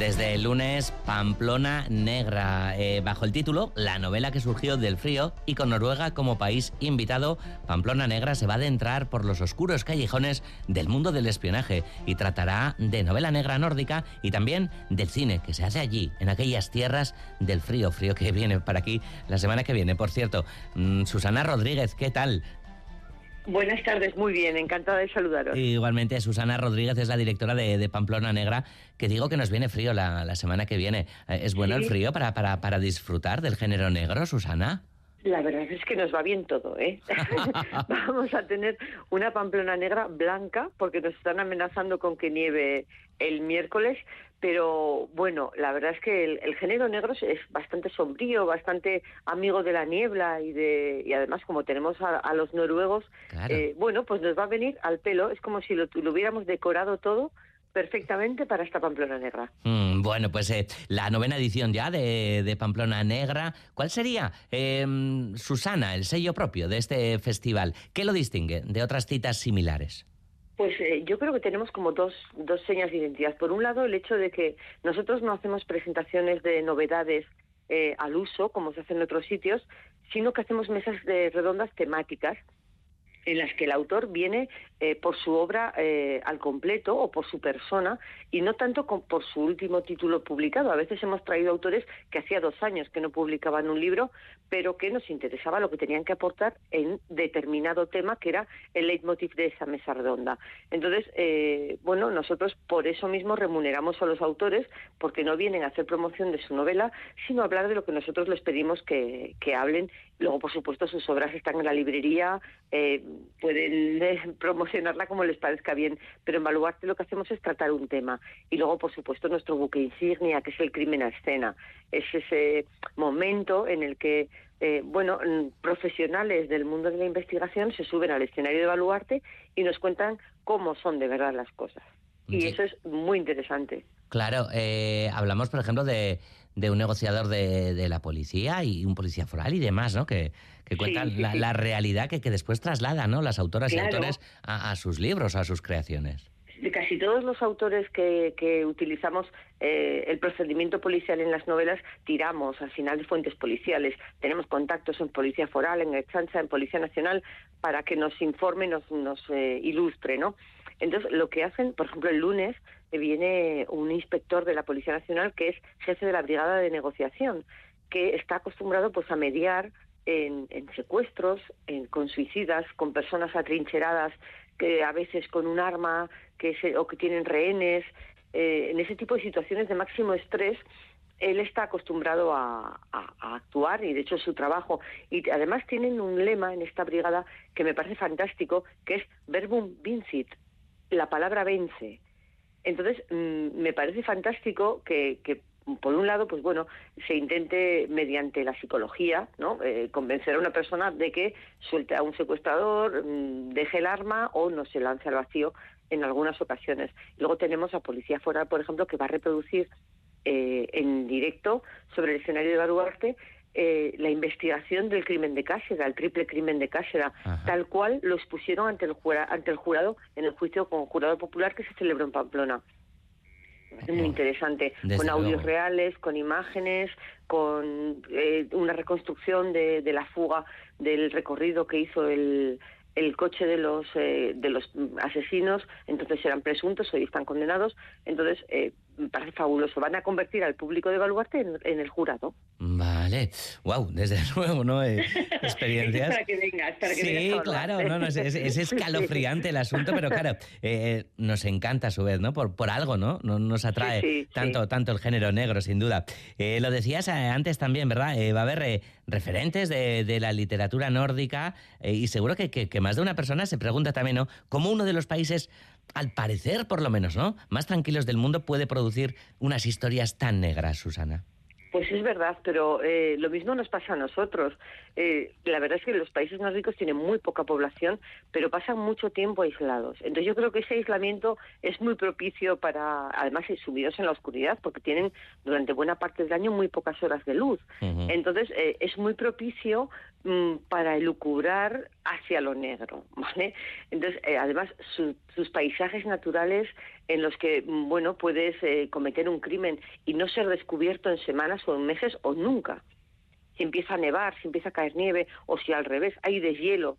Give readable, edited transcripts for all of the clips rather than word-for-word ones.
Desde el lunes, Pamplona Negra, bajo el título La novela que surgió del frío, y con Noruega como país invitado, Pamplona Negra se va a adentrar por los oscuros callejones del mundo del espionaje y tratará de novela negra nórdica y también del cine que se hace allí, en aquellas tierras del frío que viene para aquí la semana que viene. Por cierto, Susana Rodríguez, ¿qué tal? Buenas tardes, muy bien, encantada de saludaros. Igualmente, Susana Rodríguez es la directora de Pamplona Negra, que digo que nos viene frío la semana que viene. ¿Es bueno el frío para disfrutar del género negro, Susana? La verdad es que nos va bien todo, ¿eh? Vamos a tener una Pamplona Negra blanca, porque nos están amenazando con que nieve el miércoles, pero bueno, la verdad es que el género negro es bastante sombrío, bastante amigo de la niebla y además como tenemos a los noruegos, claro. Bueno, pues nos va a venir al pelo, es como si lo hubiéramos decorado todo perfectamente para esta Pamplona Negra. Bueno, pues la 9ª edición ya de Pamplona Negra. ¿Cuál sería, Susana, el sello propio de este festival? ¿Qué lo distingue de otras citas similares? Pues yo creo que tenemos como dos señas de identidad. Por un lado, el hecho de que nosotros no hacemos presentaciones de novedades al uso, como se hace en otros sitios, sino que hacemos mesas redondas temáticas en las que el autor viene por su obra al completo o por su persona y no tanto por su último título publicado. A veces hemos traído autores que hacía 2 años que no publicaban un libro, pero que nos interesaba lo que tenían que aportar en determinado tema, que era el leitmotiv de esa mesa redonda. Entonces, bueno, nosotros por eso mismo remuneramos a los autores, porque no vienen a hacer promoción de su novela, sino a hablar de lo que nosotros les pedimos que hablen. Luego, por supuesto, sus obras están en la librería, pueden promocionarla como les parezca bien, pero en Baluarte lo que hacemos es tratar un tema. Y luego, por supuesto, nuestro buque insignia, que es el crimen a escena. Es ese momento en el que profesionales del mundo de la investigación se suben al escenario de Baluarte y nos cuentan cómo son de verdad las cosas. Y sí, eso es muy interesante. Claro, hablamos, por ejemplo, de un negociador de la policía y un policía foral y demás, ¿no? Que cuentan sí. La realidad que después trasladan, ¿no? Las autoras y autores a sus libros, a sus creaciones. De casi todos los autores que utilizamos el procedimiento policial en las novelas, tiramos al final de fuentes policiales. Tenemos contactos en Policía Foral, en Ertzaintza, en Policía Nacional, para que nos informe, nos ilustre, ¿no? Entonces, lo que hacen, por ejemplo, el lunes viene un inspector de la Policía Nacional que es jefe de la Brigada de Negociación, que está acostumbrado pues a mediar en secuestros, con suicidas, con personas atrincheradas, que a veces con un arma, o que tienen rehenes, en ese tipo de situaciones de máximo estrés. Él está acostumbrado a actuar y de hecho es su trabajo. Y además tienen un lema en esta brigada que me parece fantástico, que es verbum vincit, la palabra vence. Entonces me parece fantástico que por un lado, pues bueno, se intente mediante la psicología, ¿no? Convencer a una persona de que suelte a un secuestrador, deje el arma o no se lance al vacío en algunas ocasiones. Luego tenemos a Policía Foral, por ejemplo, que va a reproducir en directo sobre el escenario de Baluarte la investigación del crimen de Cáceres, el triple crimen de Cáceres, tal cual lo expusieron ante el jurado en el juicio con jurado popular que se celebró en Pamplona. Es muy interesante, con audios reales, con imágenes, con una reconstrucción de la fuga, del recorrido que hizo el coche de los asesinos. Entonces eran presuntos, hoy están condenados. Entonces me parece fabuloso. Van a convertir al público de Baluarte en el jurado. Vale. Wow, desde luego, ¿no? Experiencias. Para que vengas, Sí, claro, no, es escalofriante el asunto, pero claro, nos encanta a su vez, ¿no? Por algo, ¿no? Nos atrae tanto el género negro, sin duda. Lo decías antes también, ¿verdad? Va a haber referentes de la literatura nórdica y seguro que más de una persona se pregunta también, ¿no? ¿Cómo uno de los países, al parecer por lo menos, ¿no?, más tranquilos del mundo puede producir unas historias tan negras, Susana? Pues es verdad, pero lo mismo nos pasa a nosotros. La verdad es que los países nórdicos tienen muy poca población, pero pasan mucho tiempo aislados. Entonces yo creo que ese aislamiento es muy propicio para, además, sumidos en la oscuridad, porque tienen durante buena parte del año muy pocas horas de luz. Uh-huh. Entonces es muy propicio para elucubrar hacia lo negro, ¿vale? Entonces, además, sus paisajes naturales en los que, bueno, puedes cometer un crimen y no ser descubierto en semanas o en meses o nunca. Si empieza a nevar, si empieza a caer nieve, o si al revés hay deshielo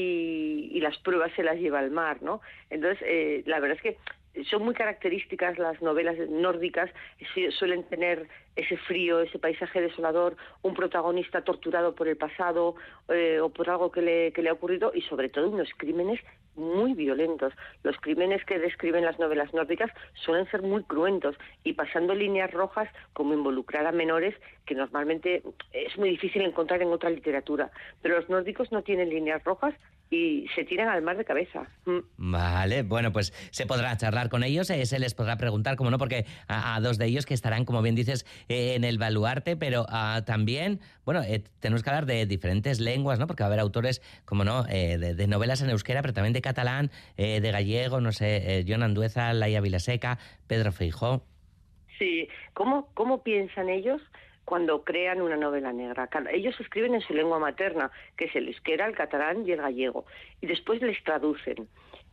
y las pruebas se las lleva al mar, ¿no? Entonces, la verdad es que son muy características las novelas nórdicas, suelen tener ese frío, ese paisaje desolador, un protagonista torturado por el pasado o por algo que le ha ocurrido, y sobre todo unos crímenes muy violentos. Los crímenes que describen las novelas nórdicas suelen ser muy cruentos y pasando líneas rojas como involucrar a menores, que normalmente es muy difícil encontrar en otra literatura. Pero los nórdicos no tienen líneas rojas y se tiran al mar de cabeza. Vale, bueno, pues se podrá charlar con ellos, se les podrá preguntar, como no, porque a dos de ellos que estarán, como bien dices, en el baluarte, pero también, bueno, tenemos que hablar de diferentes lenguas, ¿no? Porque va a haber autores, como no, de novelas en euskera, pero también de catalán, de gallego, no sé, Jon Andueza, Laia Vilaseca, Pedro Feijó. Sí, ¿cómo piensan ellos cuando crean una novela negra? Ellos escriben en su lengua materna, que es el euskera, el catalán y el gallego, y después les traducen.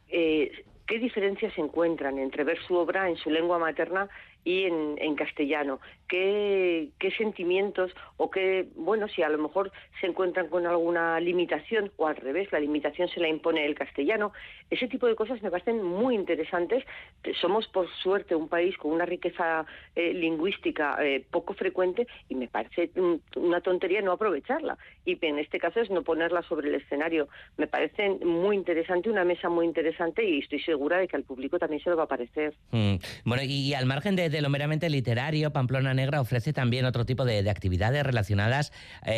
¿Qué diferencias encuentran entre ver su obra en su lengua materna y en castellano? ¿Qué sentimientos o qué, bueno, si a lo mejor se encuentran con alguna limitación o al revés, la limitación se la impone el castellano? Ese tipo de cosas me parecen muy interesantes. Somos, por suerte, un país con una riqueza lingüística poco frecuente y me parece una tontería no aprovecharla. Y en este caso es no ponerla sobre el escenario. Me parece muy interesante, una mesa muy interesante, y estoy segura de que al público también se lo va a parecer. Bueno, y al margen de lo meramente literario, Pamplona Negra ofrece también otro tipo de actividades relacionadas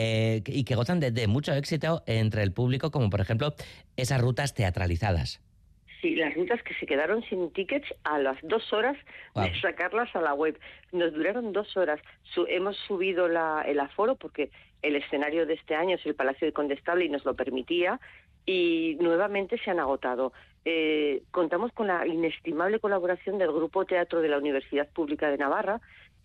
y que gozan de mucho éxito entre el público, como por ejemplo esas rutas teatralizadas. Sí, las rutas que se quedaron sin tickets a las 2 horas de sacarlas a la web. Nos duraron 2 horas. Hemos subido el aforo porque el escenario de este año es el Palacio de Condestable y nos lo permitía, y nuevamente se han agotado. Contamos con la inestimable colaboración del Grupo Teatro de la Universidad Pública de Navarra,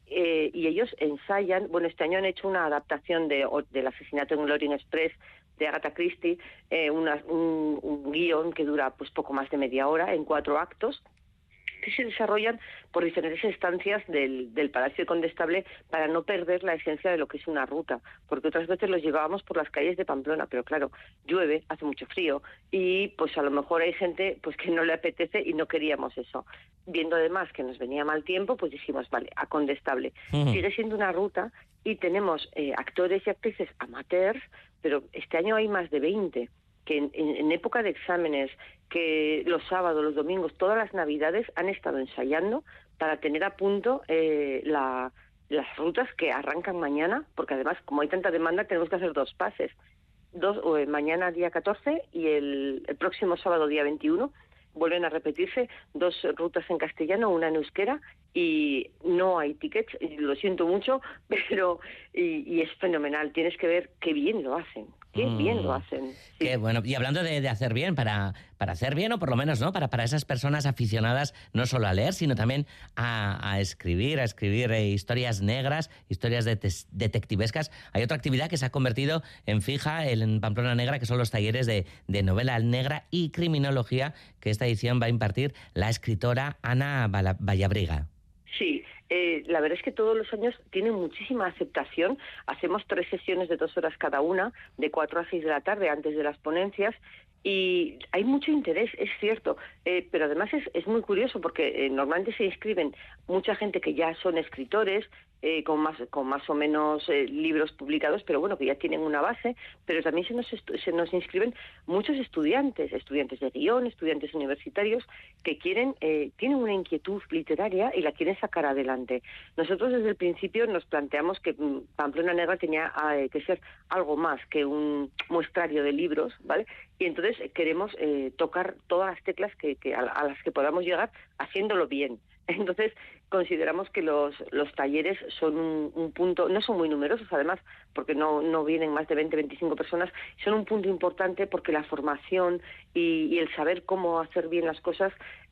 y ellos ensayan, bueno, este año han hecho una adaptación del Asesinato en Orient Express de Agatha Christie, un guión que dura pues poco más de media hora en 4 actos, que se desarrollan por diferentes estancias del Palacio de Condestable para no perder la esencia de lo que es una ruta, porque otras veces los llevábamos por las calles de Pamplona, pero claro, llueve, hace mucho frío y pues a lo mejor hay gente pues que no le apetece y no queríamos eso. Viendo además que nos venía mal tiempo, pues dijimos, vale, a Condestable. Sigue siendo una ruta y tenemos actores y actrices amateurs, pero este año hay más de 20 que en época de exámenes, que los sábados, los domingos, todas las navidades han estado ensayando para tener a punto las rutas que arrancan mañana, porque además, como hay tanta demanda, tenemos que hacer 2 pases. Mañana día 14 y el próximo sábado día 21 vuelven a repetirse 2 rutas en castellano, una en euskera, y no hay tickets, y lo siento mucho, pero y es fenomenal. Tienes que ver qué bien lo hacen. Qué bien lo hacen. Sí. Qué bueno. Y hablando de hacer bien, para hacer bien, o por lo menos, ¿no? Para esas personas aficionadas no solo a leer, sino también a escribir historias negras, historias detectivescas. Hay otra actividad que se ha convertido en fija en Pamplona Negra, que son los talleres de novela negra y criminología, que esta edición va a impartir la escritora Ana Vallabriga. Sí, la verdad es que todos los años tienen muchísima aceptación. Hacemos 3 sesiones de 2 horas cada una, de 4 a 6 de la tarde, antes de las ponencias, y hay mucho interés, es cierto, pero además es muy curioso porque normalmente se inscriben mucha gente que ya son escritores, con más o menos libros publicados, pero bueno, que ya tienen una base, pero también se nos inscriben muchos estudiantes de guión, estudiantes universitarios que tienen una inquietud literaria y la quieren sacar adelante. Nosotros desde el principio nos planteamos que Pamplona Negra tenía que ser algo más que un muestrario de libros, ¿vale? Y entonces queremos tocar todas las teclas a las que podamos llegar haciéndolo bien. Entonces consideramos que los talleres son un punto, no son muy numerosos además, porque no vienen más de 20-25 personas, son un punto importante porque la formación y el saber cómo hacer bien las cosas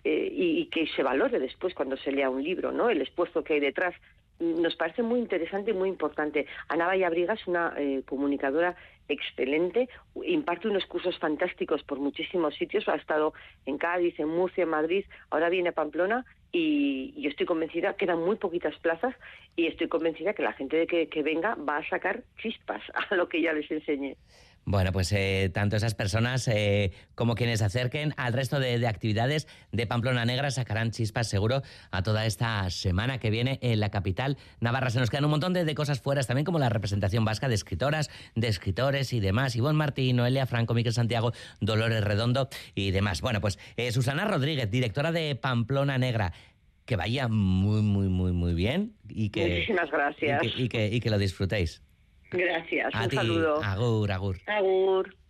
y que se valore después cuando se lea un libro, ¿no? El esfuerzo que hay detrás. Nos parece muy interesante y muy importante. Ana Vallabriga es una comunicadora excelente, imparte unos cursos fantásticos por muchísimos sitios, ha estado en Cádiz, en Murcia, en Madrid, ahora viene a Pamplona y yo estoy convencida, quedan muy poquitas plazas y estoy convencida que la gente que venga va a sacar chispas a lo que ella les enseñe. Bueno, pues tanto esas personas como quienes se acerquen al resto de actividades de Pamplona Negra sacarán chispas seguro a toda esta semana que viene en la capital navarra. Se nos quedan un montón de cosas fuera también, como la representación vasca de escritoras, de escritores y demás. Ivonne Martín, Noelia Franco, Miquel Santiago, Dolores Redondo y demás. Bueno, pues Susana Rodríguez, directora de Pamplona Negra. Que vaya muy bien y que, muchísimas gracias. Y que lo disfrutéis. Gracias, a un ti. saludo. Agur. Agur.